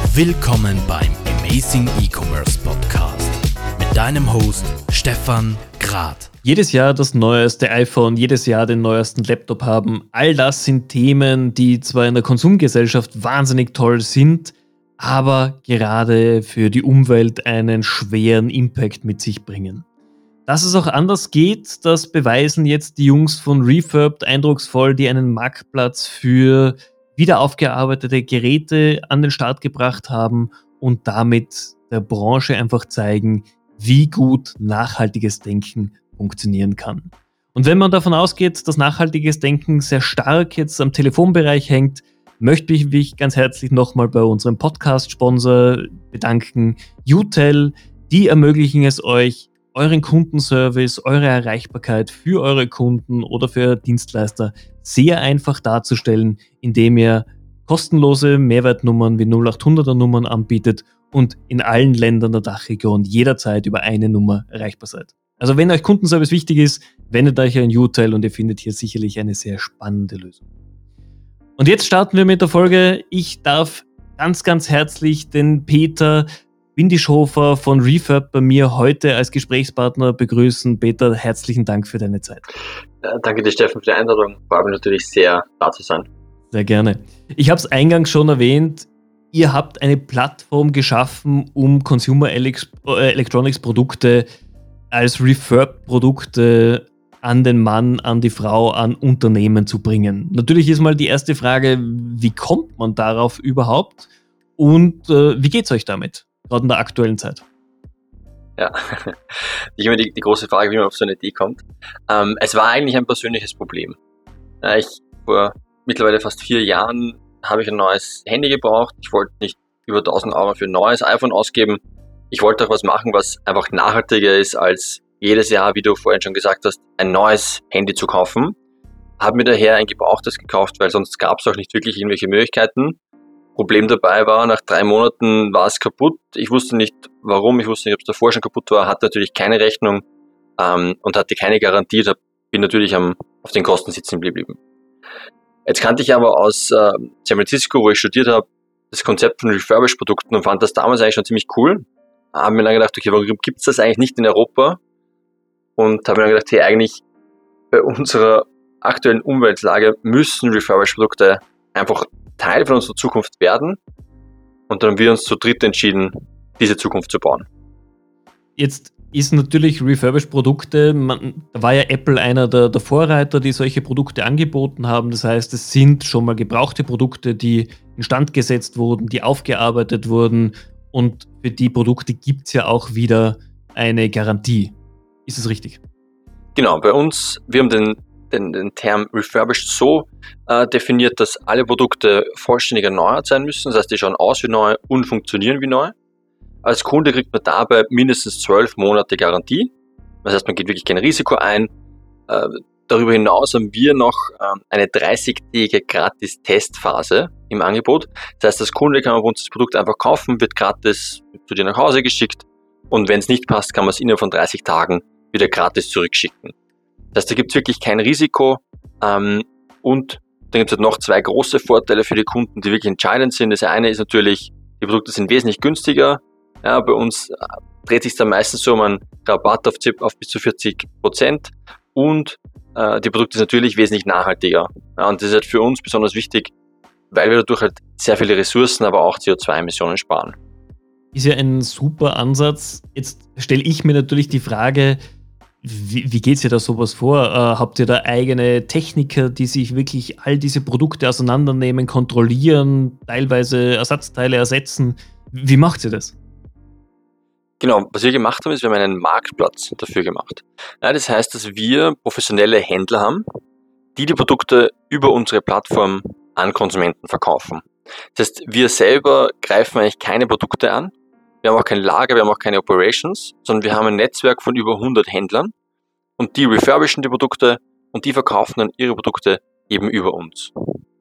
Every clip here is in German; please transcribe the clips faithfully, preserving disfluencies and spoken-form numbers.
Willkommen beim Amazing E-Commerce Podcast mit deinem Host Stefan Grad. Jedes Jahr das neueste iPhone, jedes Jahr den neuesten Laptop haben. All das sind Themen, die zwar in der Konsumgesellschaft wahnsinnig toll sind, aber gerade für die Umwelt einen schweren Impact mit sich bringen. Dass es auch anders geht, das beweisen jetzt die Jungs von Refurbed eindrucksvoll, die einen Marktplatz für wiederaufgearbeitete Geräte an den Start gebracht haben und damit der Branche einfach zeigen, wie gut nachhaltiges Denken funktionieren kann. Und wenn man davon ausgeht, dass nachhaltiges Denken sehr stark jetzt am Telefonbereich hängt, möchte ich mich ganz herzlich nochmal bei unserem Podcast-Sponsor bedanken, U-Tel. Die ermöglichen es euch, euren Kundenservice, eure Erreichbarkeit für eure Kunden oder für Dienstleister sehr einfach darzustellen, indem ihr kostenlose Mehrwertnummern wie null acht hunderter Nummern anbietet und in allen Ländern der Dachregion jederzeit über eine Nummer erreichbar seid. Also wenn euch Kundenservice wichtig ist, wendet euch an U-Tel und ihr findet hier sicherlich eine sehr spannende Lösung. Und jetzt starten wir mit der Folge. Ich darf ganz, ganz herzlich den Peter Windischhofer von Refurbed bei mir heute als Gesprächspartner begrüßen. Peter, herzlichen Dank für deine Zeit. Ja, danke dir, Steffen, für die Einladung. Freue mich natürlich sehr, da zu sein. Sehr gerne. Ich habe es eingangs schon erwähnt, ihr habt eine Plattform geschaffen, um Consumer Electronics Produkte als Refurbed-Produkte an den Mann, an die Frau, an Unternehmen zu bringen. Natürlich ist mal die erste Frage, wie kommt man darauf überhaupt und äh, wie geht es euch damit, gerade in der aktuellen Zeit? Ja, nicht immer die, die große Frage, wie man auf so eine Idee kommt. Ähm, es war eigentlich ein persönliches Problem. Ja, ich, vor mittlerweile fast vier Jahren habe ich ein neues Handy gebraucht. Ich wollte nicht über tausend Euro für ein neues iPhone ausgeben. Ich wollte auch was machen, was einfach nachhaltiger ist, als jedes Jahr, wie du vorhin schon gesagt hast, ein neues Handy zu kaufen. Habe mir daher ein gebrauchtes gekauft, weil sonst gab es auch nicht wirklich irgendwelche Möglichkeiten. Problem dabei war, nach drei Monaten war es kaputt. Ich wusste nicht, warum, ich wusste nicht, ob es davor schon kaputt war, hatte natürlich keine Rechnung ähm, und hatte keine Garantie. Da bin natürlich am, auf den Kosten sitzen geblieben. Jetzt kannte ich aber aus äh, San Francisco, wo ich studiert habe, das Konzept von Refurbished-Produkten und fand das damals eigentlich schon ziemlich cool. Haben mir dann gedacht, okay, warum gibt es das eigentlich nicht in Europa? Und habe mir dann gedacht, hey, eigentlich bei unserer aktuellen Umweltlage müssen Refurbished-Produkte einfach Teil von unserer Zukunft werden. Und dann haben wir uns zu dritt entschieden, diese Zukunft zu bauen. Jetzt ist natürlich Refurbished-Produkte, man, da war ja Apple einer der, der Vorreiter, die solche Produkte angeboten haben. Das heißt, es sind schon mal gebrauchte Produkte, die instand gesetzt wurden, die aufgearbeitet wurden. Und für die Produkte gibt es ja auch wieder eine Garantie. Ist es richtig? Genau, bei uns, wir haben den, den, den Term Refurbished so äh, definiert, dass alle Produkte vollständig erneuert sein müssen. Das heißt, die schauen aus wie neu und funktionieren wie neu. Als Kunde kriegt man dabei mindestens zwölf Monate Garantie. Das heißt, man geht wirklich kein Risiko ein. Äh, darüber hinaus haben wir noch äh, eine dreißigtägige Gratis-Testphase im Angebot. Das heißt, als Kunde kann man bei uns das Produkt einfach kaufen, wird gratis zu dir nach Hause geschickt und wenn es nicht passt, kann man es innerhalb von dreißig Tagen wieder gratis zurückschicken. Das heißt, da gibt es wirklich kein Risiko ähm, und dann gibt es halt noch zwei große Vorteile für die Kunden, die wirklich entscheidend sind. Das eine ist natürlich, die Produkte sind wesentlich günstiger. Ja, bei uns äh, dreht sich dann meistens so um einen Rabatt auf, auf bis zu vierzig Prozent und äh, die Produkte sind natürlich wesentlich nachhaltiger. Ja, und das ist halt für uns besonders wichtig, weil wir dadurch halt sehr viele Ressourcen, aber auch C O zwei Emissionen sparen. Ist ja ein super Ansatz. Jetzt stelle ich mir natürlich die Frage, wie, wie geht ihr da sowas vor? Äh, habt ihr da eigene Techniker, die sich wirklich all diese Produkte auseinandernehmen, kontrollieren, teilweise Ersatzteile ersetzen? Wie macht ihr das? Genau, was wir gemacht haben, ist, wir haben einen Marktplatz dafür gemacht. Ja, das heißt, dass wir professionelle Händler haben, die die Produkte über unsere Plattform an Konsumenten verkaufen. Das heißt, wir selber greifen eigentlich keine Produkte an. Wir haben auch kein Lager, wir haben auch keine Operations, sondern wir haben ein Netzwerk von über hundert Händlern und die refurbischen die Produkte und die verkaufen dann ihre Produkte eben über uns.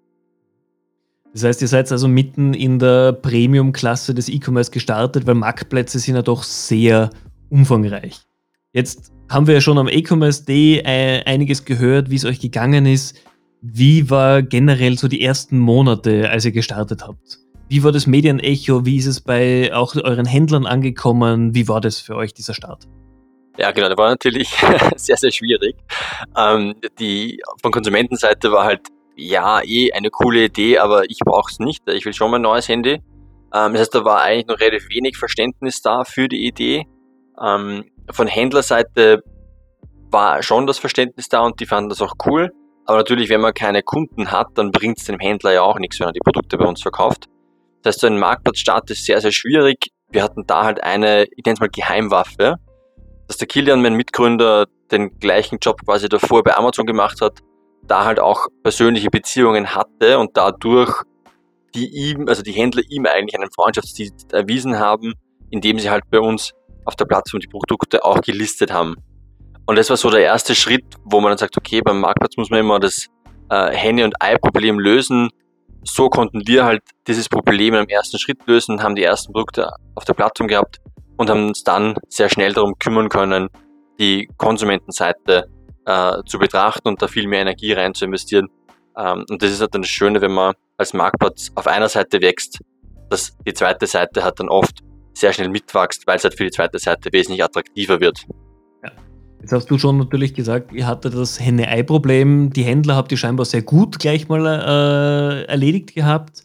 Das heißt, ihr seid also mitten in der Premium-Klasse des E-Commerce gestartet, weil Marktplätze sind ja doch sehr umfangreich. Jetzt haben wir ja schon am E-Commerce Day einiges gehört, wie es euch gegangen ist. Wie war generell so die ersten Monate, als ihr gestartet habt? Wie war das Medienecho? Wie ist es bei auch euren Händlern angekommen? Wie war das für euch, dieser Start? Ja, genau, das war natürlich sehr, sehr schwierig. Ähm, die von Konsumentenseite war halt, ja, eh eine coole Idee, aber ich brauche es nicht. Ich will schon mein neues Handy. Ähm, das heißt, da war eigentlich noch relativ wenig Verständnis da für die Idee. Ähm, von Händlerseite war schon das Verständnis da und die fanden das auch cool. Aber natürlich, wenn man keine Kunden hat, dann bringt es dem Händler ja auch nichts, wenn er die Produkte bei uns verkauft. Das heißt, so ein Marktplatzstart ist sehr, sehr schwierig. Wir hatten da halt eine, ich nenne es mal Geheimwaffe, dass der Kilian, mein Mitgründer, den gleichen Job quasi davor bei Amazon gemacht hat, da halt auch persönliche Beziehungen hatte und dadurch die ihm, also die Händler ihm eigentlich einen Freundschaftsdienst erwiesen haben, indem sie halt bei uns auf der Plattform die Produkte auch gelistet haben. Und das war so der erste Schritt, wo man dann sagt, okay, beim Marktplatz muss man immer das äh, Henne- und Ei-Problem lösen. So konnten wir halt dieses Problem im ersten Schritt lösen, haben die ersten Produkte auf der Plattform gehabt und haben uns dann sehr schnell darum kümmern können, die Konsumentenseite äh, zu betrachten und da viel mehr Energie rein zu investieren. Ähm, und das ist halt dann das Schöne, wenn man als Marktplatz auf einer Seite wächst, dass die zweite Seite halt dann oft sehr schnell mitwächst, weil es halt für die zweite Seite wesentlich attraktiver wird. Ja. Jetzt hast du schon natürlich gesagt, ihr hattet das Henne-Ei-Problem. Die Händler habt ihr scheinbar sehr gut gleich mal äh, erledigt gehabt.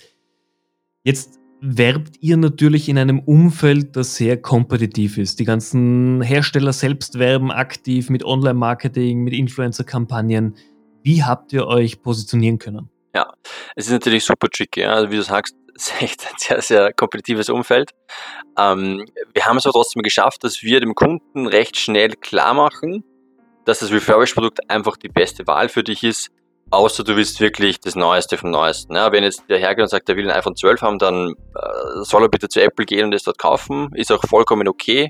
Jetzt werbt ihr natürlich in einem Umfeld, das sehr kompetitiv ist. Die ganzen Hersteller selbst werben aktiv mit Online-Marketing, mit Influencer-Kampagnen. Wie habt ihr euch positionieren können? Ja, es ist natürlich super tricky. Ja. Also wie du sagst, es ist echt ein sehr, sehr kompetitives Umfeld. Ähm, wir haben es aber trotzdem geschafft, dass wir dem Kunden recht schnell klar machen, dass das Refurbished-Produkt einfach die beste Wahl für dich ist, außer du willst wirklich das Neueste vom Neuesten. Ja, wenn jetzt der hergeht und sagt, er will ein iPhone zwölf haben, dann äh, soll er bitte zu Apple gehen und es dort kaufen. Ist auch vollkommen okay.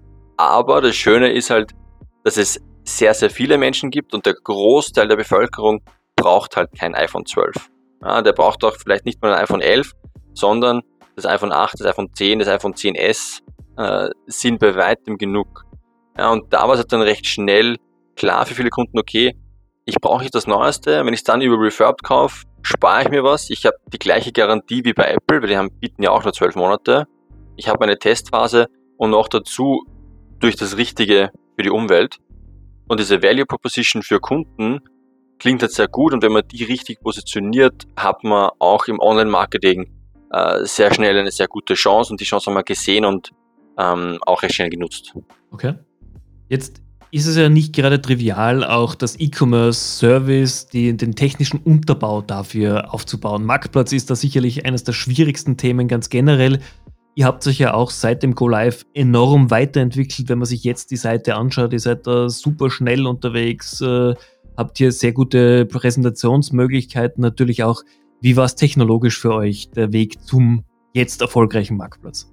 Aber das Schöne ist halt, dass es sehr, sehr viele Menschen gibt und der Großteil der Bevölkerung braucht halt kein iPhone zwölf. Ja, der braucht auch vielleicht nicht mal ein iPhone elf, sondern das iPhone acht, das iPhone zehn, das iPhone X S äh, sind bei weitem genug. Ja, und da war es halt dann recht schnell klar für viele Kunden, okay, ich brauche nicht das Neueste, wenn ich es dann über Refurbed kaufe, spare ich mir was. Ich habe die gleiche Garantie wie bei Apple, weil die haben, bieten ja auch nur zwölf Monate. Ich habe meine Testphase und noch dazu durch das Richtige für die Umwelt. Und diese Value Proposition für Kunden klingt jetzt sehr gut und wenn man die richtig positioniert, hat man auch im Online-Marketing äh, sehr schnell eine sehr gute Chance und die Chance haben wir gesehen und ähm, auch recht schnell genutzt. Okay. Jetzt ist es ja nicht gerade trivial, auch das E-Commerce-Service, die, den technischen Unterbau dafür aufzubauen. Marktplatz ist da sicherlich eines der schwierigsten Themen ganz generell. Ihr habt euch ja auch seit dem Go Live enorm weiterentwickelt, wenn man sich jetzt die Seite anschaut. Ihr seid da super schnell unterwegs, äh, habt hier sehr gute Präsentationsmöglichkeiten. Natürlich auch, wie war es technologisch für euch, der Weg zum jetzt erfolgreichen Marktplatz?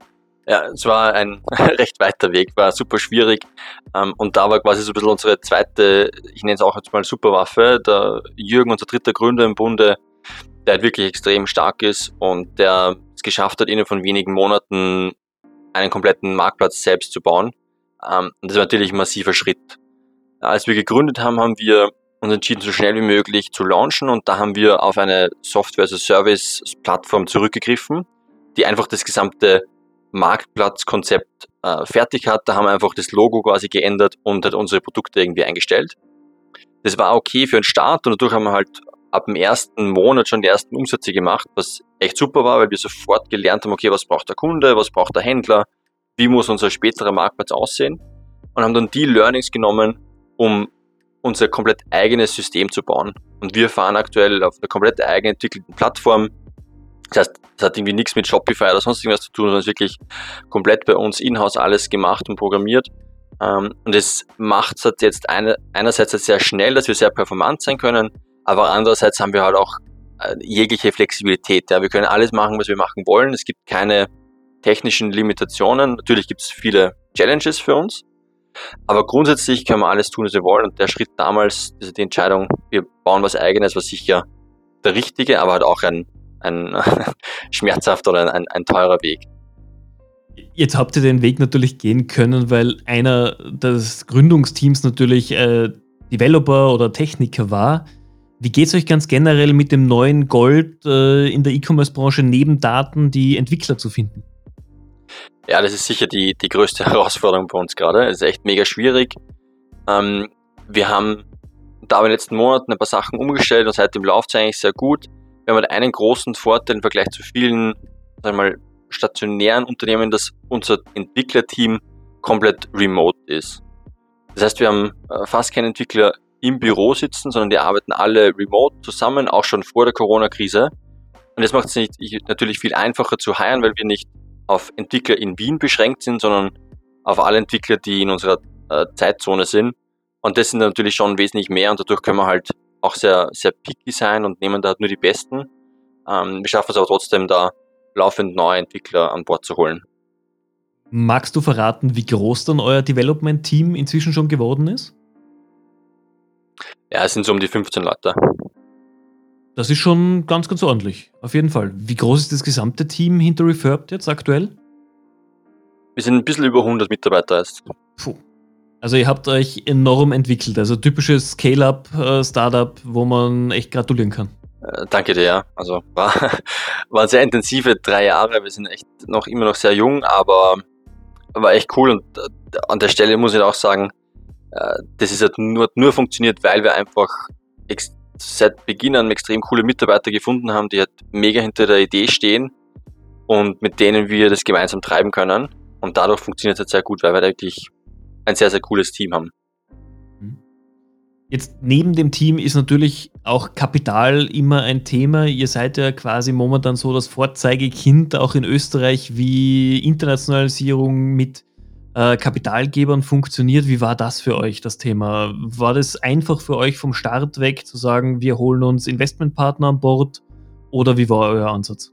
Ja, es war ein recht weiter Weg, war super schwierig ähm, und da war quasi so ein bisschen unsere zweite, ich nenne es auch jetzt mal Superwaffe, der Jürgen, unser dritter Gründer im Bunde, der halt wirklich extrem stark ist und der es geschafft hat, innerhalb von wenigen Monaten einen kompletten Marktplatz selbst zu bauen. Ähm, und das war natürlich ein massiver Schritt. Als wir gegründet haben, haben wir uns entschieden, so schnell wie möglich zu launchen und da haben wir auf eine Software-as-a-Service-Plattform zurückgegriffen, die einfach das gesamte Marktplatzkonzept äh, fertig hat. Da haben wir einfach das Logo quasi geändert und hat unsere Produkte irgendwie eingestellt. Das war okay für den Start und dadurch haben wir halt ab dem ersten Monat schon die ersten Umsätze gemacht, was echt super war, weil wir sofort gelernt haben, okay, was braucht der Kunde, was braucht der Händler, wie muss unser späterer Marktplatz aussehen und haben dann die Learnings genommen, um unser komplett eigenes System zu bauen. Und wir fahren aktuell auf einer komplett eigen entwickelten Plattform. Das heißt, das hat irgendwie nichts mit Shopify oder sonst irgendwas zu tun, sondern es ist wirklich komplett bei uns in-house alles gemacht und programmiert. Und es macht es halt jetzt eine, einerseits halt sehr schnell, dass wir sehr performant sein können, aber andererseits haben wir halt auch jegliche Flexibilität. Ja. Wir können alles machen, was wir machen wollen. Es gibt keine technischen Limitationen. Natürlich gibt es viele Challenges für uns, aber grundsätzlich können wir alles tun, was wir wollen. Und der Schritt damals, also die Entscheidung, wir bauen was Eigenes, war sicher der richtige, aber halt auch ein ein schmerzhafter oder ein, ein teurer Weg. Jetzt habt ihr den Weg natürlich gehen können, weil einer des Gründungsteams natürlich äh, Developer oder Techniker war. Wie geht es euch ganz generell mit dem neuen Gold äh, in der E-Commerce-Branche, neben Daten die Entwickler zu finden? Ja, das ist sicher die, die größte Herausforderung bei uns gerade. Es ist echt mega schwierig. Ähm, wir haben da in den letzten Monaten ein paar Sachen umgestellt und seitdem läuft es eigentlich sehr gut. Wir haben halt einen großen Vorteil im Vergleich zu vielen, sagen wir mal, stationären Unternehmen, dass unser Entwicklerteam komplett remote ist. Das heißt, wir haben äh, fast keine Entwickler im Büro sitzen, sondern die arbeiten alle remote zusammen, auch schon vor der Corona-Krise. Und das macht es nicht, natürlich viel einfacher zu hiren, weil wir nicht auf Entwickler in Wien beschränkt sind, sondern auf alle Entwickler, die in unserer äh, Zeitzone sind. Und das sind natürlich schon wesentlich mehr und dadurch können wir halt auch sehr, sehr picky sein und nehmen da halt nur die Besten. Ähm, wir schaffen es aber trotzdem, da laufend neue Entwickler an Bord zu holen. Magst du verraten, wie groß dann euer Development-Team inzwischen schon geworden ist? Ja, es sind so um die fünfzehn Leute. Das ist schon ganz, ganz ordentlich. Auf jeden Fall. Wie groß ist das gesamte Team hinter Refurbed jetzt aktuell? Wir sind ein bisschen über hundert Mitarbeiter jetzt. Puh. Also ihr habt euch enorm entwickelt. Also typisches Scale-Up-Startup, wo man echt gratulieren kann. Äh, danke dir, ja. Also war, waren sehr intensive drei Jahre. Wir sind echt noch immer noch sehr jung, aber war echt cool. Und äh, an der Stelle muss ich auch sagen, äh, das ist halt nur, nur funktioniert, weil wir einfach ex- seit Beginn an extrem coole Mitarbeiter gefunden haben, die halt mega hinter der Idee stehen und mit denen wir das gemeinsam treiben können. Und dadurch funktioniert es halt sehr gut, weil wir da wirklich ein sehr, sehr cooles Team haben. Jetzt neben dem Team ist natürlich auch Kapital immer ein Thema. Ihr seid ja quasi momentan so das Vorzeigekind auch in Österreich, wie Internationalisierung mit äh, Kapitalgebern funktioniert. Wie war das für euch, das Thema? War das einfach für euch vom Start weg zu sagen, wir holen uns Investmentpartner an Bord? Oder wie war euer Ansatz?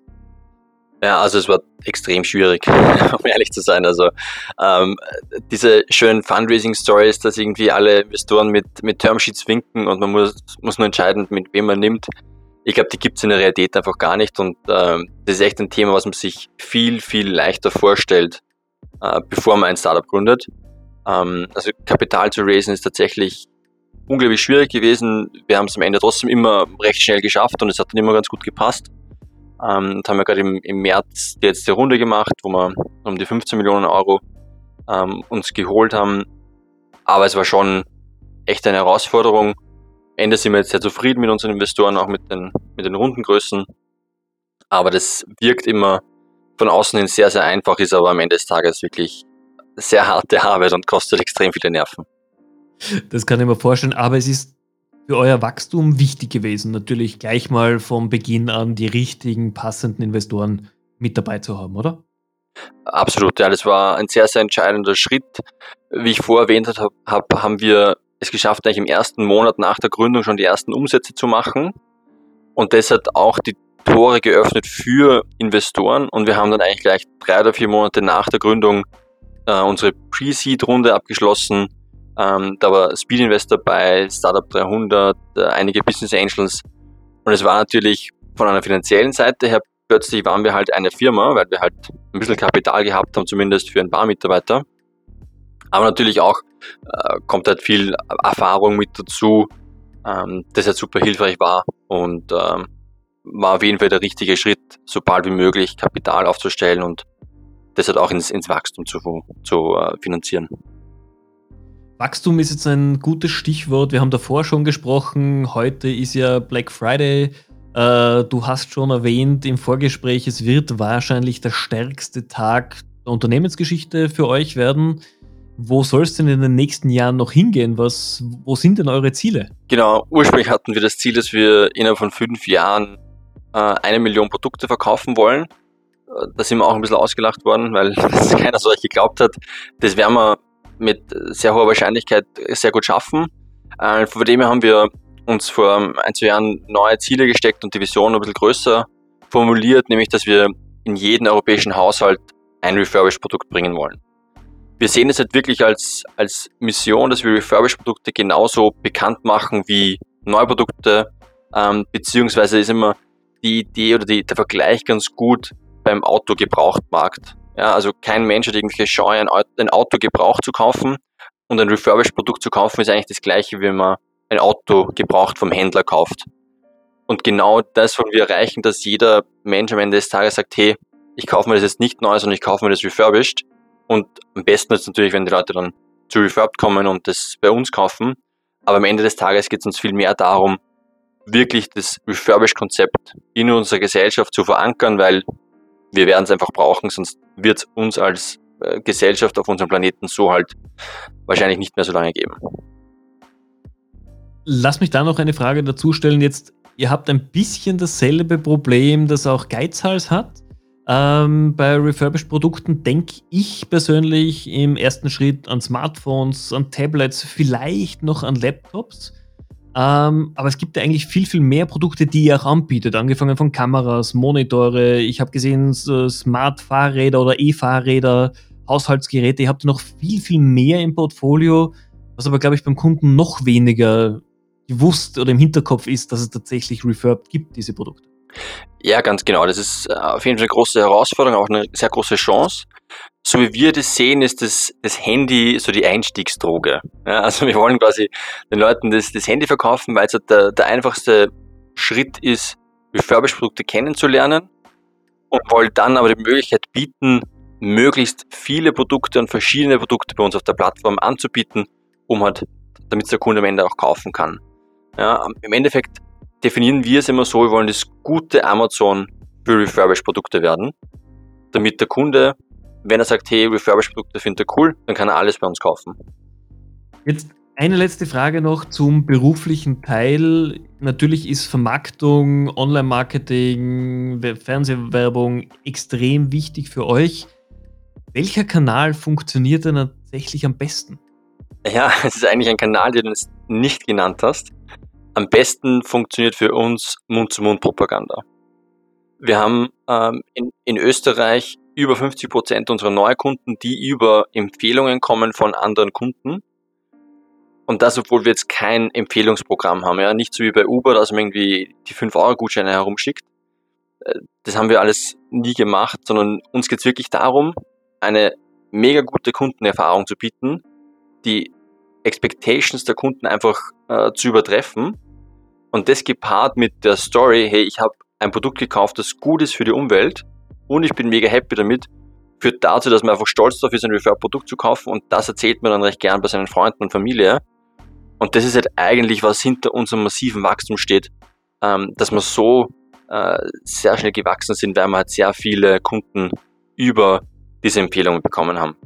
Ja, also es war extrem schwierig, um ehrlich zu sein. Also ähm, diese schönen Fundraising-Stories, dass irgendwie alle Investoren mit, mit Termsheets winken und man muss, muss nur entscheiden, mit wem man nimmt. Ich glaube, die gibt es in der Realität einfach gar nicht und ähm, das ist echt ein Thema, was man sich viel, viel leichter vorstellt, äh, bevor man ein Startup gründet. Ähm, also Kapital zu raisen ist tatsächlich unglaublich schwierig gewesen. Wir haben es am Ende trotzdem immer recht schnell geschafft und es hat dann immer ganz gut gepasst. Ähm, und haben wir gerade im, im März die letzte Runde gemacht, wo wir um die fünfzehn Millionen Euro ähm, uns geholt haben. Aber es war schon echt eine Herausforderung. Am Ende sind wir jetzt sehr zufrieden mit unseren Investoren, auch mit den, mit den Rundengrößen. Aber das wirkt immer von außen hin sehr, sehr einfach, ist aber am Ende des Tages wirklich sehr harte Arbeit und kostet extrem viele Nerven. Das kann ich mir vorstellen, aber es ist für euer Wachstum wichtig gewesen, natürlich gleich mal vom Beginn an die richtigen, passenden Investoren mit dabei zu haben, oder? Absolut, ja, das war ein sehr, sehr entscheidender Schritt. Wie ich vorher erwähnt habe, hab, haben wir es geschafft, eigentlich im ersten Monat nach der Gründung schon die ersten Umsätze zu machen. Und das hat auch die Tore geöffnet für Investoren. Und wir haben dann eigentlich gleich drei oder vier Monate nach der Gründung äh, unsere Pre-Seed-Runde abgeschlossen. Ähm, da war Speed Invest dabei, Startup dreihundert, äh, einige Business Angels. Und es war natürlich von einer finanziellen Seite her, plötzlich waren wir halt eine Firma, weil wir halt ein bisschen Kapital gehabt haben, zumindest für ein paar Mitarbeiter. Aber natürlich auch äh, kommt halt viel Erfahrung mit dazu, ähm, das halt super hilfreich war und ähm, war auf jeden Fall der richtige Schritt, so bald wie möglich Kapital aufzustellen und das halt auch ins, ins Wachstum zu, zu äh, finanzieren. Wachstum ist jetzt ein gutes Stichwort. Wir haben davor schon gesprochen. Heute ist ja Black Friday. Äh, du hast schon erwähnt im Vorgespräch, es wird wahrscheinlich der stärkste Tag der Unternehmensgeschichte für euch werden. Wo soll es denn in den nächsten Jahren noch hingehen? Was, wo sind denn eure Ziele? Genau, ursprünglich hatten wir das Ziel, dass wir innerhalb von fünf Jahren äh, eine Million Produkte verkaufen wollen. Da sind wir auch ein bisschen ausgelacht worden, weil das keiner so euch geglaubt hat. Das werden wir mit sehr hoher Wahrscheinlichkeit sehr gut schaffen. Äh, von dem her haben wir uns vor ein, zwei Jahren neue Ziele gesteckt und die Vision ein bisschen größer formuliert, nämlich, dass wir in jeden europäischen Haushalt ein Refurbished-Produkt bringen wollen. Wir sehen es halt wirklich als, als Mission, dass wir Refurbished-Produkte genauso bekannt machen wie Neuprodukte, ähm, beziehungsweise ist immer die Idee oder die, der Vergleich ganz gut beim Autogebrauchtmarkt. Ja, also kein Mensch hat irgendwelche Scheu, ein Auto, ein Auto gebraucht zu kaufen und ein Refurbished-Produkt zu kaufen ist eigentlich das gleiche, wie man ein Auto gebraucht vom Händler kauft. Und genau das wollen wir erreichen, dass jeder Mensch am Ende des Tages sagt, hey, ich kaufe mir das jetzt nicht neu, sondern ich kaufe mir das refurbished. Und am besten ist natürlich, wenn die Leute dann zu Refurbed kommen und das bei uns kaufen. Aber am Ende des Tages geht es uns viel mehr darum, wirklich das Refurbished-Konzept in unserer Gesellschaft zu verankern, weil wir werden es einfach brauchen, sonst wird es uns als äh, Gesellschaft auf unserem Planeten so halt wahrscheinlich nicht mehr so lange geben. Lass mich da noch eine Frage dazu stellen. Jetzt, ihr habt ein bisschen dasselbe Problem, das auch Geizhals hat. Ähm, bei Refurbished-Produkten denke ich persönlich im ersten Schritt an Smartphones, an Tablets, vielleicht noch an Laptops. Ähm, aber es gibt ja eigentlich viel, viel mehr Produkte, die ihr auch anbietet. Angefangen von Kameras, Monitore, ich habe gesehen, so Smart-Fahrräder oder E-Fahrräder, Haushaltsgeräte. Ihr habt noch viel, viel mehr im Portfolio, was aber, glaube ich, beim Kunden noch weniger gewusst oder im Hinterkopf ist, dass es tatsächlich Refurbed gibt, diese Produkte. Ja, ganz genau. Das ist auf jeden Fall eine große Herausforderung, auch eine sehr große Chance. So wie wir das sehen, ist das, das Handy so die Einstiegsdroge. Ja, also wir wollen quasi den Leuten das, das Handy verkaufen, weil es halt der, der einfachste Schritt ist, Refurbished-Produkte kennenzulernen und wollen dann aber die Möglichkeit bieten, möglichst viele Produkte und verschiedene Produkte bei uns auf der Plattform anzubieten, um halt, damit es der Kunde am Ende auch kaufen kann. Ja, im Endeffekt definieren wir es immer so, wir wollen das gute Amazon für Refurbished-Produkte werden, damit der Kunde, wenn er sagt, hey, Refurbished-Produkte findet er cool, dann kann er alles bei uns kaufen. Jetzt eine letzte Frage noch zum beruflichen Teil. Natürlich ist Vermarktung, Online-Marketing, Fernsehwerbung extrem wichtig für euch. Welcher Kanal funktioniert denn tatsächlich am besten? Ja, es ist eigentlich ein Kanal, den du jetzt nicht genannt hast. Am besten funktioniert für uns Mund-zu-Mund-Propaganda. Wir haben ähm, in, in Österreich über fünfzig Prozent unserer Neukunden, die über Empfehlungen kommen von anderen Kunden. Und das, obwohl wir jetzt kein Empfehlungsprogramm haben. Ja? Nicht so wie bei Uber, dass man irgendwie die fünf Euro Gutscheine herumschickt. Das haben wir alles nie gemacht, sondern uns geht es wirklich darum, eine mega gute Kundenerfahrung zu bieten, die Expectations der Kunden einfach äh, zu übertreffen. Und das gepaart mit der Story, hey, ich habe ein Produkt gekauft, das gut ist für die Umwelt und ich bin mega happy damit, führt dazu, dass man einfach stolz darauf ist, ein Refurbed-Produkt zu kaufen, und das erzählt man dann recht gern bei seinen Freunden und Familie. Und das ist halt eigentlich, was hinter unserem massiven Wachstum steht, ähm, dass wir so äh, sehr schnell gewachsen sind, weil wir halt sehr viele Kunden über diese Empfehlungen bekommen haben.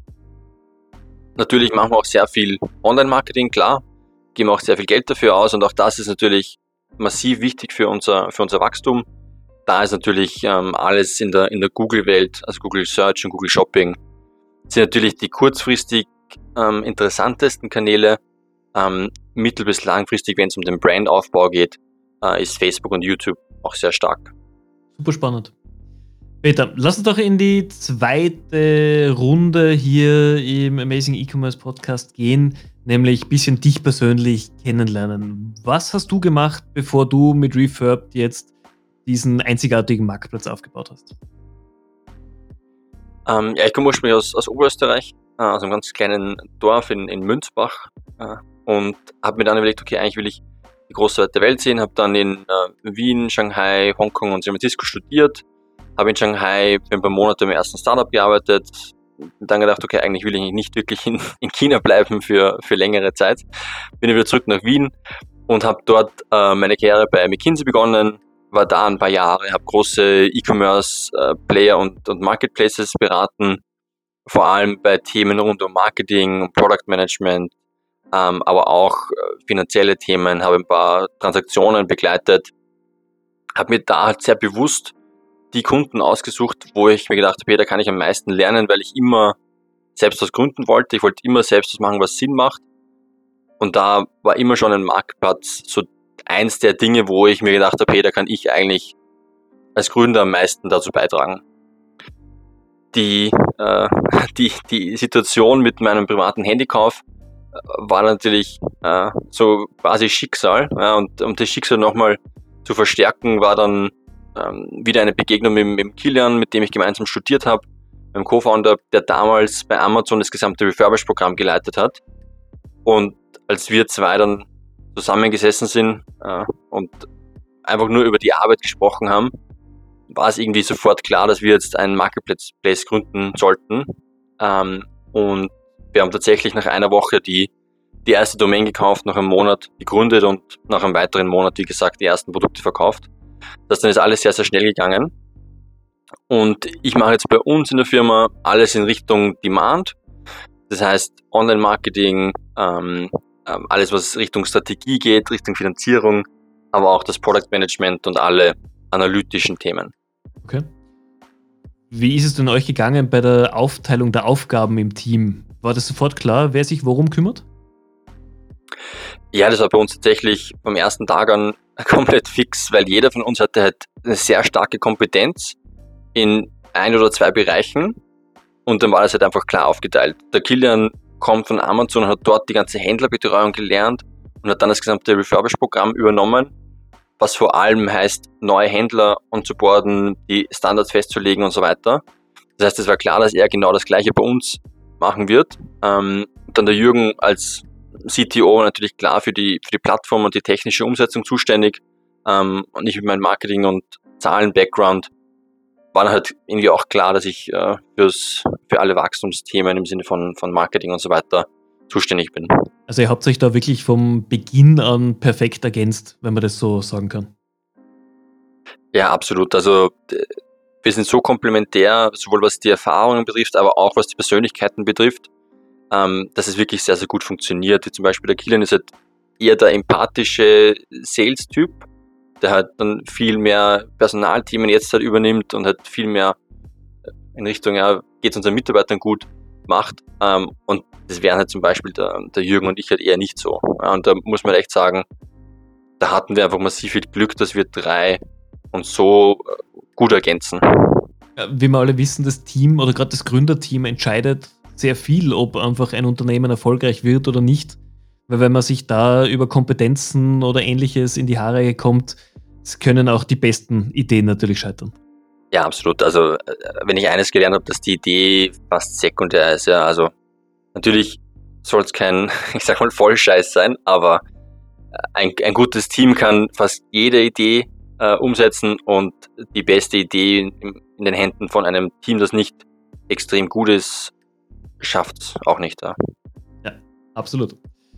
Natürlich machen wir auch sehr viel Online-Marketing, klar, geben auch sehr viel Geld dafür aus, und auch das ist natürlich massiv wichtig für unser, für unser Wachstum. Da ist natürlich ähm, alles in der, in der Google-Welt, also Google Search und Google Shopping, sind natürlich die kurzfristig ähm, interessantesten Kanäle. Ähm, mittel- bis langfristig, wenn es um den Brandaufbau geht, äh, ist Facebook und YouTube auch sehr stark. Super spannend. Peter, lass uns doch in die zweite Runde hier im Amazing E-Commerce Podcast gehen, nämlich ein bisschen dich persönlich kennenlernen. Was hast du gemacht, bevor du mit Refurbed jetzt diesen einzigartigen Marktplatz aufgebaut hast? Ähm, ja, ich komme ursprünglich aus, aus Oberösterreich, äh, aus einem ganz kleinen Dorf in, in Münzbach, äh, und habe mir dann überlegt, okay, eigentlich will ich die große weite Welt sehen, habe dann in äh, Wien, Shanghai, Hongkong und San Francisco studiert, habe in Shanghai für ein paar Monate im ersten Startup gearbeitet, dann gedacht, okay, eigentlich will ich nicht wirklich in, in China bleiben für, für längere Zeit, bin wieder zurück nach Wien und habe dort äh, meine Karriere bei McKinsey begonnen, war da ein paar Jahre, habe große E-Commerce-Player und, und Marketplaces beraten, vor allem bei Themen rund um Marketing und Product Management, ähm, aber auch äh, finanzielle Themen, habe ein paar Transaktionen begleitet, habe mir da halt sehr bewusst die Kunden ausgesucht, wo ich mir gedacht habe, hey, da kann ich am meisten lernen, weil ich immer selbst was gründen wollte, ich wollte immer selbst was machen, was Sinn macht, und da war immer schon ein Marktplatz so eins der Dinge, wo ich mir gedacht habe, hey, da kann ich eigentlich als Gründer am meisten dazu beitragen. Die, äh, die, die Situation mit meinem privaten Handykauf äh, war natürlich äh, so quasi Schicksal. Ja, und um das Schicksal nochmal zu verstärken, war dann ähm, wieder eine Begegnung mit, mit Kilian, mit dem ich gemeinsam studiert habe, meinem Co-Founder, der damals bei Amazon das gesamte Refurbished-Programm geleitet hat. Und als wir zwei dann zusammengesessen sind äh, und einfach nur über die Arbeit gesprochen haben, war es irgendwie sofort klar, dass wir jetzt einen Marketplace gründen sollten. Ähm, und wir haben tatsächlich nach einer Woche die, die erste Domain gekauft, nach einem Monat gegründet und nach einem weiteren Monat, wie gesagt, die ersten Produkte verkauft. Das dann ist alles sehr, sehr schnell gegangen. Und ich mache jetzt bei uns in der Firma alles in Richtung Demand. Das heißt Online-Marketing, ähm, alles was Richtung Strategie geht, Richtung Finanzierung, aber auch das Product Management und alle analytischen Themen. Okay. Wie ist es denn euch gegangen bei der Aufteilung der Aufgaben im Team? War das sofort klar, wer sich worum kümmert? Ja, das war bei uns tatsächlich vom ersten Tag an komplett fix, weil jeder von uns hatte halt eine sehr starke Kompetenz in ein oder zwei Bereichen und dann war das halt einfach klar aufgeteilt. Der Kilian kommt von Amazon und hat dort die ganze Händlerbetreuung gelernt und hat dann das gesamte Refurbish-Programm übernommen, was vor allem heißt, neue Händler onzuboarden, die Standards festzulegen und so weiter. Das heißt, es war klar, dass er genau das Gleiche bei uns machen wird. Ähm, dann der Jürgen als C T O natürlich klar für die, für die Plattform und die technische Umsetzung zuständig. Ähm, und ich mit meinem Marketing- und Zahlen-Background war dann halt irgendwie auch klar, dass ich äh, fürs, für alle Wachstumsthemen im Sinne von, von Marketing und so weiter zuständig bin. Also ihr habt euch da wirklich vom Beginn an perfekt ergänzt, wenn man das so sagen kann. Ja, absolut. Also wir sind so komplementär, sowohl was die Erfahrungen betrifft, aber auch was die Persönlichkeiten betrifft, ähm, dass es wirklich sehr, sehr gut funktioniert. Wie zum Beispiel der Kilian ist halt eher der empathische Sales-Typ, der halt dann viel mehr Personalthemen jetzt halt übernimmt und halt viel mehr in Richtung, ja, geht es unseren Mitarbeitern gut, macht. Ähm, und das wären halt zum Beispiel der, der Jürgen und ich halt eher nicht so. Ja, und da muss man echt sagen, da hatten wir einfach massiv viel Glück, dass wir drei uns so gut ergänzen. Wie wir alle wissen, das Team oder gerade das Gründerteam entscheidet sehr viel, ob einfach ein Unternehmen erfolgreich wird oder nicht. Weil wenn man sich da über Kompetenzen oder Ähnliches in die Haare kommt, können auch die besten Ideen natürlich scheitern. Ja, absolut. Also wenn ich eines gelernt habe, dass die Idee fast sekundär ist, ja, also natürlich soll es kein, ich sag mal, Vollscheiß sein, aber ein, ein gutes Team kann fast jede Idee äh, umsetzen und die beste Idee in, in den Händen von einem Team, das nicht extrem gut ist, schafft es auch nicht. Ja. Ja, absolut.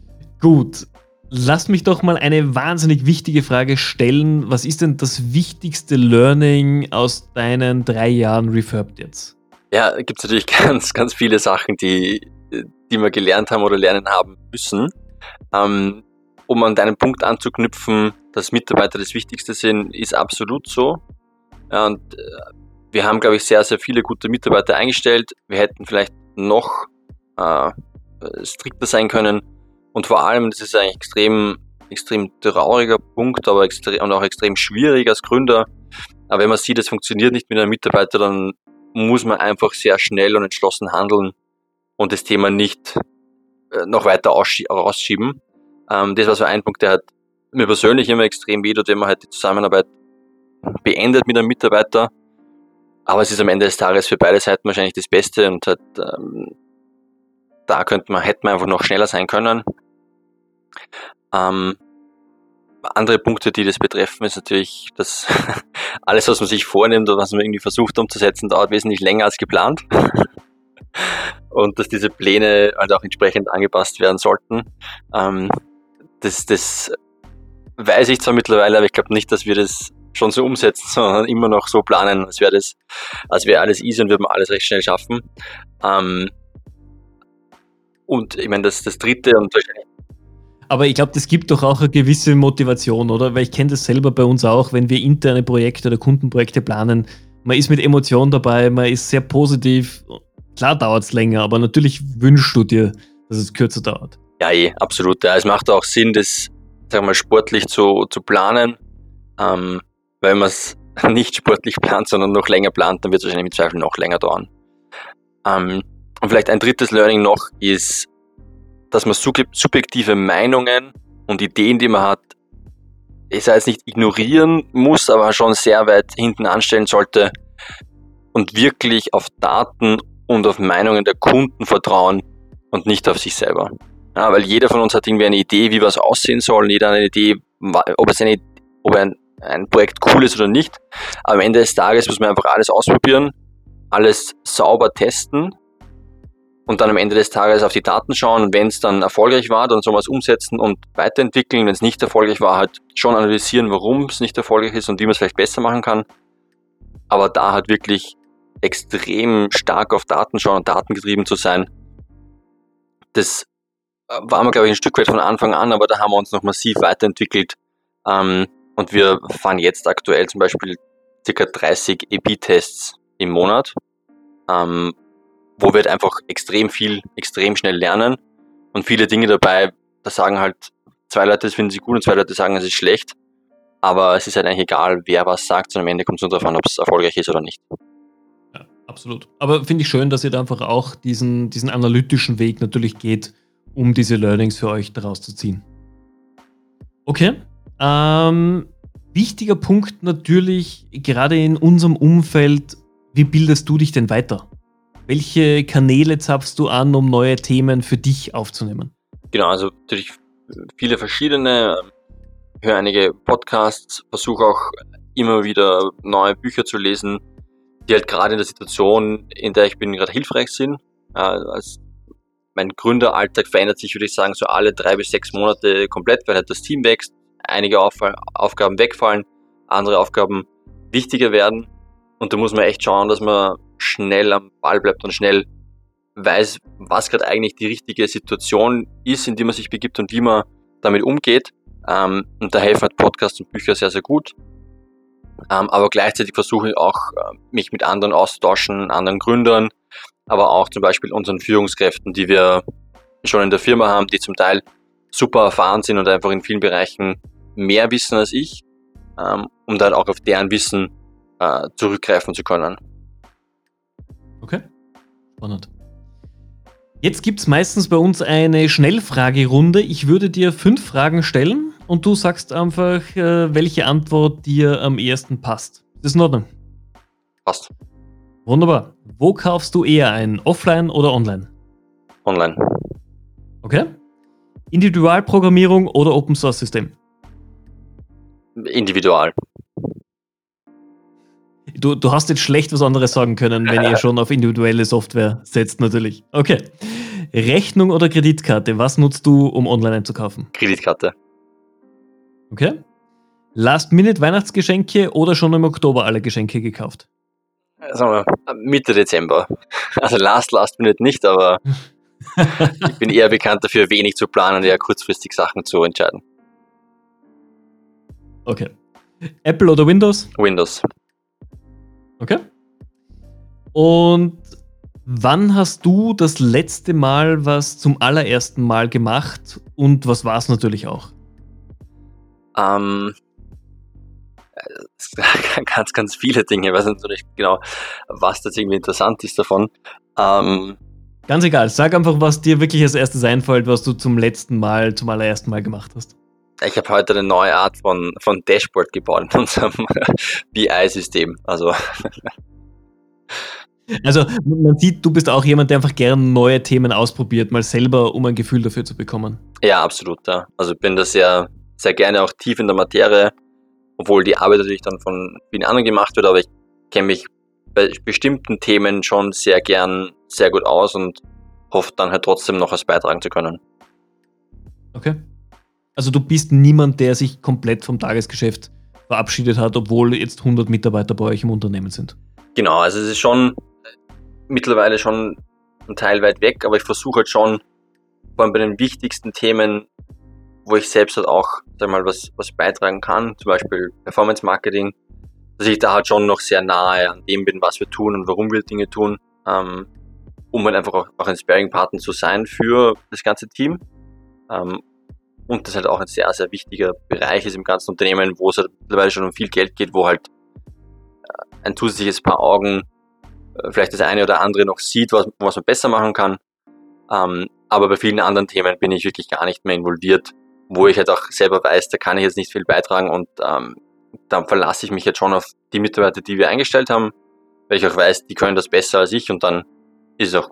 Gut. Lass mich doch mal eine wahnsinnig wichtige Frage stellen. Was ist denn das wichtigste Learning aus deinen drei Jahren Refurbed jetzt? Ja, gibt es natürlich ganz, ganz viele Sachen, die, die wir gelernt haben oder lernen haben müssen. Ähm, um an deinen Punkt anzuknüpfen, dass Mitarbeiter das Wichtigste sind, ist absolut so. Ja, und äh, wir haben, glaube ich, sehr, sehr viele gute Mitarbeiter eingestellt. Wir hätten vielleicht noch äh, strikter sein können. Und vor allem, das ist ein extrem, extrem trauriger Punkt, aber extrem, und auch extrem schwierig als Gründer. Aber wenn man sieht, es funktioniert nicht mit einem Mitarbeiter, dann muss man einfach sehr schnell und entschlossen handeln und das Thema nicht äh, noch weiter ausschie- rausschieben. Ähm, das war so ein Punkt, der hat mir persönlich immer extrem weh tut, wenn man halt die Zusammenarbeit beendet mit einem Mitarbeiter. Aber es ist am Ende des Tages für beide Seiten wahrscheinlich das Beste und halt, ähm, da könnte man, hätte man einfach noch schneller sein können. Ähm, andere Punkte, die das betreffen, ist natürlich, dass alles, was man sich vornimmt oder was man irgendwie versucht umzusetzen, dauert wesentlich länger als geplant. Und dass diese Pläne halt auch entsprechend angepasst werden sollten. Ähm, das, das weiß ich zwar mittlerweile, aber ich glaube nicht, dass wir das schon so umsetzen, sondern immer noch so planen, als wäre das, als wäre alles easy und würden alles recht schnell schaffen. Ähm, und ich meine, das, das dritte und wahrscheinlich. Aber ich glaube, das gibt doch auch eine gewisse Motivation, oder? Weil ich kenne das selber bei uns auch, wenn wir interne Projekte oder Kundenprojekte planen. Man ist mit Emotionen dabei, man ist sehr positiv. Klar dauert es länger, aber natürlich wünschst du dir, dass es kürzer dauert. Ja, eh, absolut. Ja, es macht auch Sinn, das, sagen wir mal, sportlich zu, zu planen. Ähm, wenn man es nicht sportlich plant, sondern noch länger plant, dann wird es wahrscheinlich mit Zweifel noch länger dauern. Ähm, und vielleicht ein drittes Learning noch ist, dass man subjektive Meinungen und Ideen, die man hat, ich sage jetzt nicht ignorieren muss, aber schon sehr weit hinten anstellen sollte und wirklich auf Daten und auf Meinungen der Kunden vertrauen und nicht auf sich selber. Ja, weil jeder von uns hat irgendwie eine Idee, wie was aussehen soll, und jeder hat eine Idee, ob, es eine, ob er ein Projekt cool ist oder nicht. Aber am Ende des Tages muss man einfach alles ausprobieren, alles sauber testen und dann am Ende des Tages auf die Daten schauen. Und wenn es dann erfolgreich war, dann soll man es umsetzen und weiterentwickeln. Wenn es nicht erfolgreich war, halt schon analysieren, warum es nicht erfolgreich ist und wie man es vielleicht besser machen kann. Aber da halt wirklich extrem stark auf Daten schauen und datengetrieben zu sein, das war wir, glaube ich, ein Stück weit von Anfang an, aber da haben wir uns noch massiv weiterentwickelt. Ähm, und wir fahren jetzt aktuell zum Beispiel ca. dreißig A B-Tests im Monat, ähm, wo wir halt einfach extrem viel, extrem schnell lernen und viele Dinge dabei, da sagen halt zwei Leute, das finden sie gut und zwei Leute sagen, es ist schlecht, aber es ist halt eigentlich egal, wer was sagt, sondern am Ende kommt es nur darauf an, ob es erfolgreich ist oder nicht. Ja, absolut. Aber finde ich schön, dass ihr da einfach auch diesen, diesen analytischen Weg natürlich geht, um diese Learnings für euch daraus zu ziehen. Okay. Ähm, wichtiger Punkt natürlich, gerade in unserem Umfeld, wie bildest du dich denn weiter? Welche Kanäle zapfst du an, um neue Themen für dich aufzunehmen? Genau, also natürlich viele verschiedene, höre einige Podcasts, versuche auch immer wieder neue Bücher zu lesen, die halt gerade in der Situation, in der ich bin, gerade hilfreich sind. Äh, als mein Gründeralltag verändert sich, würde ich sagen, so alle drei bis sechs Monate komplett, weil halt das Team wächst, einige Auffall- Aufgaben wegfallen, andere Aufgaben wichtiger werden. Und da muss man echt schauen, dass man schnell am Ball bleibt und schnell weiß, was gerade eigentlich die richtige Situation ist, in die man sich begibt und wie man damit umgeht. Ähm, und da helfen halt Podcasts und Bücher sehr, sehr gut. Ähm, aber gleichzeitig versuche ich auch, mich mit anderen auszutauschen, anderen Gründern, aber auch zum Beispiel unseren Führungskräften, die wir schon in der Firma haben, die zum Teil super erfahren sind und einfach in vielen Bereichen mehr wissen als ich, ähm, um dann auch auf deren Wissen äh, zurückgreifen zu können. Okay, spannend. Jetzt gibt es meistens bei uns eine Schnellfragerunde. Ich würde dir fünf Fragen stellen und du sagst einfach, äh, welche Antwort dir am ehesten passt. Ist das in Ordnung? Passt. Wunderbar. Wo kaufst du eher ein? Offline oder online? Online. Okay. Individualprogrammierung oder Open Source System? Individual. Du, du hast jetzt schlecht was anderes sagen können, wenn ihr schon auf individuelle Software setzt, natürlich. Okay. Rechnung oder Kreditkarte? Was nutzt du, um online einzukaufen? Kreditkarte. Okay. Last-Minute-Weihnachtsgeschenke oder schon im Oktober alle Geschenke gekauft? Sagen wir Mitte Dezember. Also last, last minute nicht, aber ich bin eher bekannt dafür, wenig zu planen, eher kurzfristig Sachen zu entscheiden. Okay. Apple oder Windows? Windows. Okay. Und wann hast du das letzte Mal was zum allerersten Mal gemacht und was war es natürlich auch? Ähm, es sind ganz, ganz viele Dinge. Ich weiß natürlich genau, was das irgendwie interessant ist davon. Ähm, Ganz egal, sag einfach, was dir wirklich als erstes einfällt, was du zum letzten Mal, zum allerersten Mal gemacht hast. Ich habe heute eine neue Art von, von Dashboard gebaut in unserem B I-System. Also Also man sieht, du bist auch jemand, der einfach gerne neue Themen ausprobiert, mal selber, um ein Gefühl dafür zu bekommen. Ja, absolut. Ja. Also ich bin da sehr, sehr gerne auch tief in der Materie, obwohl die Arbeit natürlich dann von vielen anderen gemacht wird, aber ich kenne mich bei bestimmten Themen schon sehr gern sehr gut aus und hoffe dann halt trotzdem noch was beitragen zu können. Okay. Also du bist niemand, der sich komplett vom Tagesgeschäft verabschiedet hat, obwohl jetzt hundert Mitarbeiter bei euch im Unternehmen sind. Genau, also es ist schon mittlerweile schon ein Teil weit weg, aber ich versuche halt schon, vor allem bei den wichtigsten Themen, wo ich selbst halt auch, sag mal, was, was beitragen kann, zum Beispiel Performance Marketing, dass ich da halt schon noch sehr nahe an dem bin, was wir tun und warum wir Dinge tun, ähm, um halt einfach auch, auch ein Sparring-Partner zu sein für das ganze Team. Ähm, und das halt auch ein sehr, sehr wichtiger Bereich ist im ganzen Unternehmen, wo es halt mittlerweile schon um viel Geld geht, wo halt äh, ein zusätzliches Paar Augen äh, vielleicht das eine oder andere noch sieht, was, was man besser machen kann. Ähm, aber bei vielen anderen Themen bin ich wirklich gar nicht mehr involviert, wo ich halt auch selber weiß, da kann ich jetzt nicht viel beitragen und ähm, dann verlasse ich mich jetzt schon auf die Mitarbeiter, die wir eingestellt haben, weil ich auch weiß, die können das besser als ich und dann ist es auch gut so.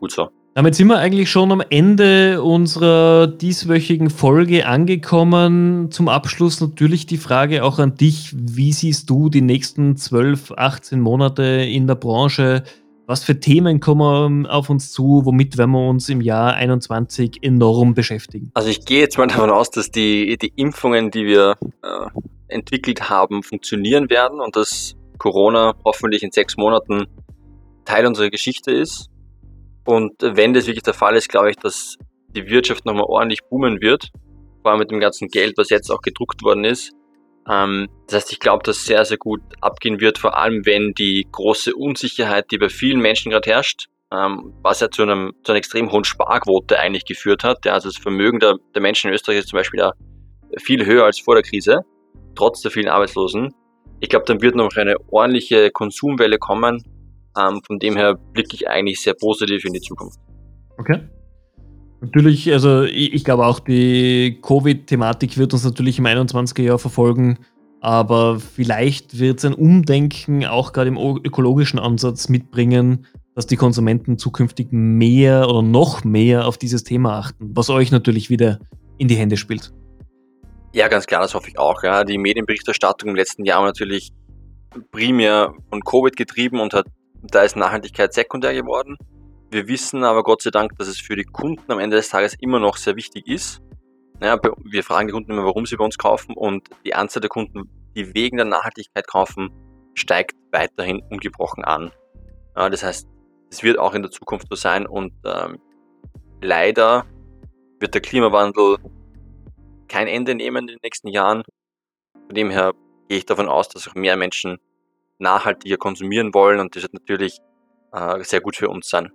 Damit sind wir eigentlich schon am Ende unserer dieswöchigen Folge angekommen. Zum Abschluss natürlich die Frage auch an dich. Wie siehst du die nächsten zwölf, achtzehn Monate in der Branche? Was für Themen kommen auf uns zu? Womit werden wir uns im Jahr einundzwanzig enorm beschäftigen? Also ich gehe jetzt mal davon aus, dass die, die Impfungen, die wir äh, entwickelt haben, funktionieren werden und dass Corona hoffentlich in sechs Monaten Teil unserer Geschichte ist. Und wenn das wirklich der Fall ist, glaube ich, dass die Wirtschaft nochmal ordentlich boomen wird, vor allem mit dem ganzen Geld, was jetzt auch gedruckt worden ist. Ähm, das heißt, ich glaube, dass sehr, sehr gut abgehen wird, vor allem wenn die große Unsicherheit, die bei vielen Menschen gerade herrscht, ähm, was ja zu, einem, zu einer extrem hohen Sparquote eigentlich geführt hat. Ja, also das Vermögen der, der Menschen in Österreich ist zum Beispiel da viel höher als vor der Krise, trotz der vielen Arbeitslosen. Ich glaube, dann wird noch eine ordentliche Konsumwelle kommen. Ähm, von dem her blicke ich eigentlich sehr positiv in die Zukunft. Okay. Natürlich, also ich, ich glaube auch, die Covid-Thematik wird uns natürlich im einundzwanziger Jahr verfolgen, aber vielleicht wird es ein Umdenken auch gerade im ökologischen Ansatz mitbringen, dass die Konsumenten zukünftig mehr oder noch mehr auf dieses Thema achten, was euch natürlich wieder in die Hände spielt. Ja, ganz klar, das hoffe ich auch. Ja. Die Medienberichterstattung im letzten Jahr war natürlich primär von Covid getrieben und hat Da ist Nachhaltigkeit sekundär geworden. Wir wissen aber Gott sei Dank, dass es für die Kunden am Ende des Tages immer noch sehr wichtig ist. Ja, wir fragen die Kunden immer, warum sie bei uns kaufen, und die Anzahl der Kunden, die wegen der Nachhaltigkeit kaufen, steigt weiterhin ungebrochen an. Ja, das heißt, es wird auch in der Zukunft so sein, und ähm, leider wird der Klimawandel kein Ende nehmen in den nächsten Jahren. Von dem her gehe ich davon aus, dass auch mehr Menschen nachhaltiger konsumieren wollen, und das wird natürlich äh, sehr gut für uns sein.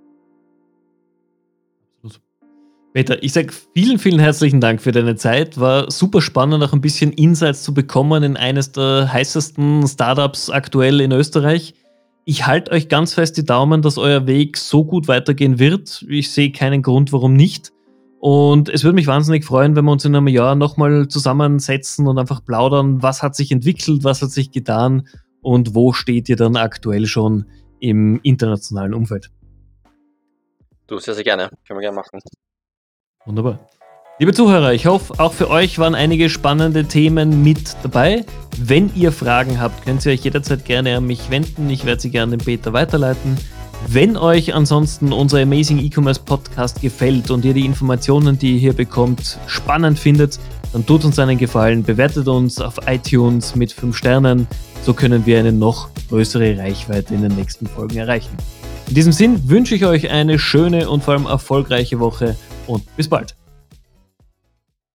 Peter, ich sage vielen, vielen herzlichen Dank für deine Zeit. War super spannend, auch ein bisschen Insights zu bekommen in eines der heißesten Startups aktuell in Österreich. Ich halte euch ganz fest die Daumen, dass euer Weg so gut weitergehen wird. Ich sehe keinen Grund, warum nicht. Und es würde mich wahnsinnig freuen, wenn wir uns in einem Jahr nochmal zusammensetzen und einfach plaudern, was hat sich entwickelt, was hat sich getan und wo steht ihr dann aktuell schon im internationalen Umfeld. Du, sehr, sehr gerne. Können wir gerne machen. Wunderbar. Liebe Zuhörer, ich hoffe, auch für euch waren einige spannende Themen mit dabei. Wenn ihr Fragen habt, könnt ihr euch jederzeit gerne an mich wenden. Ich werde sie gerne dem Peter weiterleiten. Wenn euch ansonsten unser Amazing E-Commerce Podcast gefällt und ihr die Informationen, die ihr hier bekommt, spannend findet, dann tut uns einen Gefallen, bewertet uns auf iTunes mit fünf Sternen. So können wir eine noch größere Reichweite in den nächsten Folgen erreichen. In diesem Sinn wünsche ich euch eine schöne und vor allem erfolgreiche Woche und bis bald.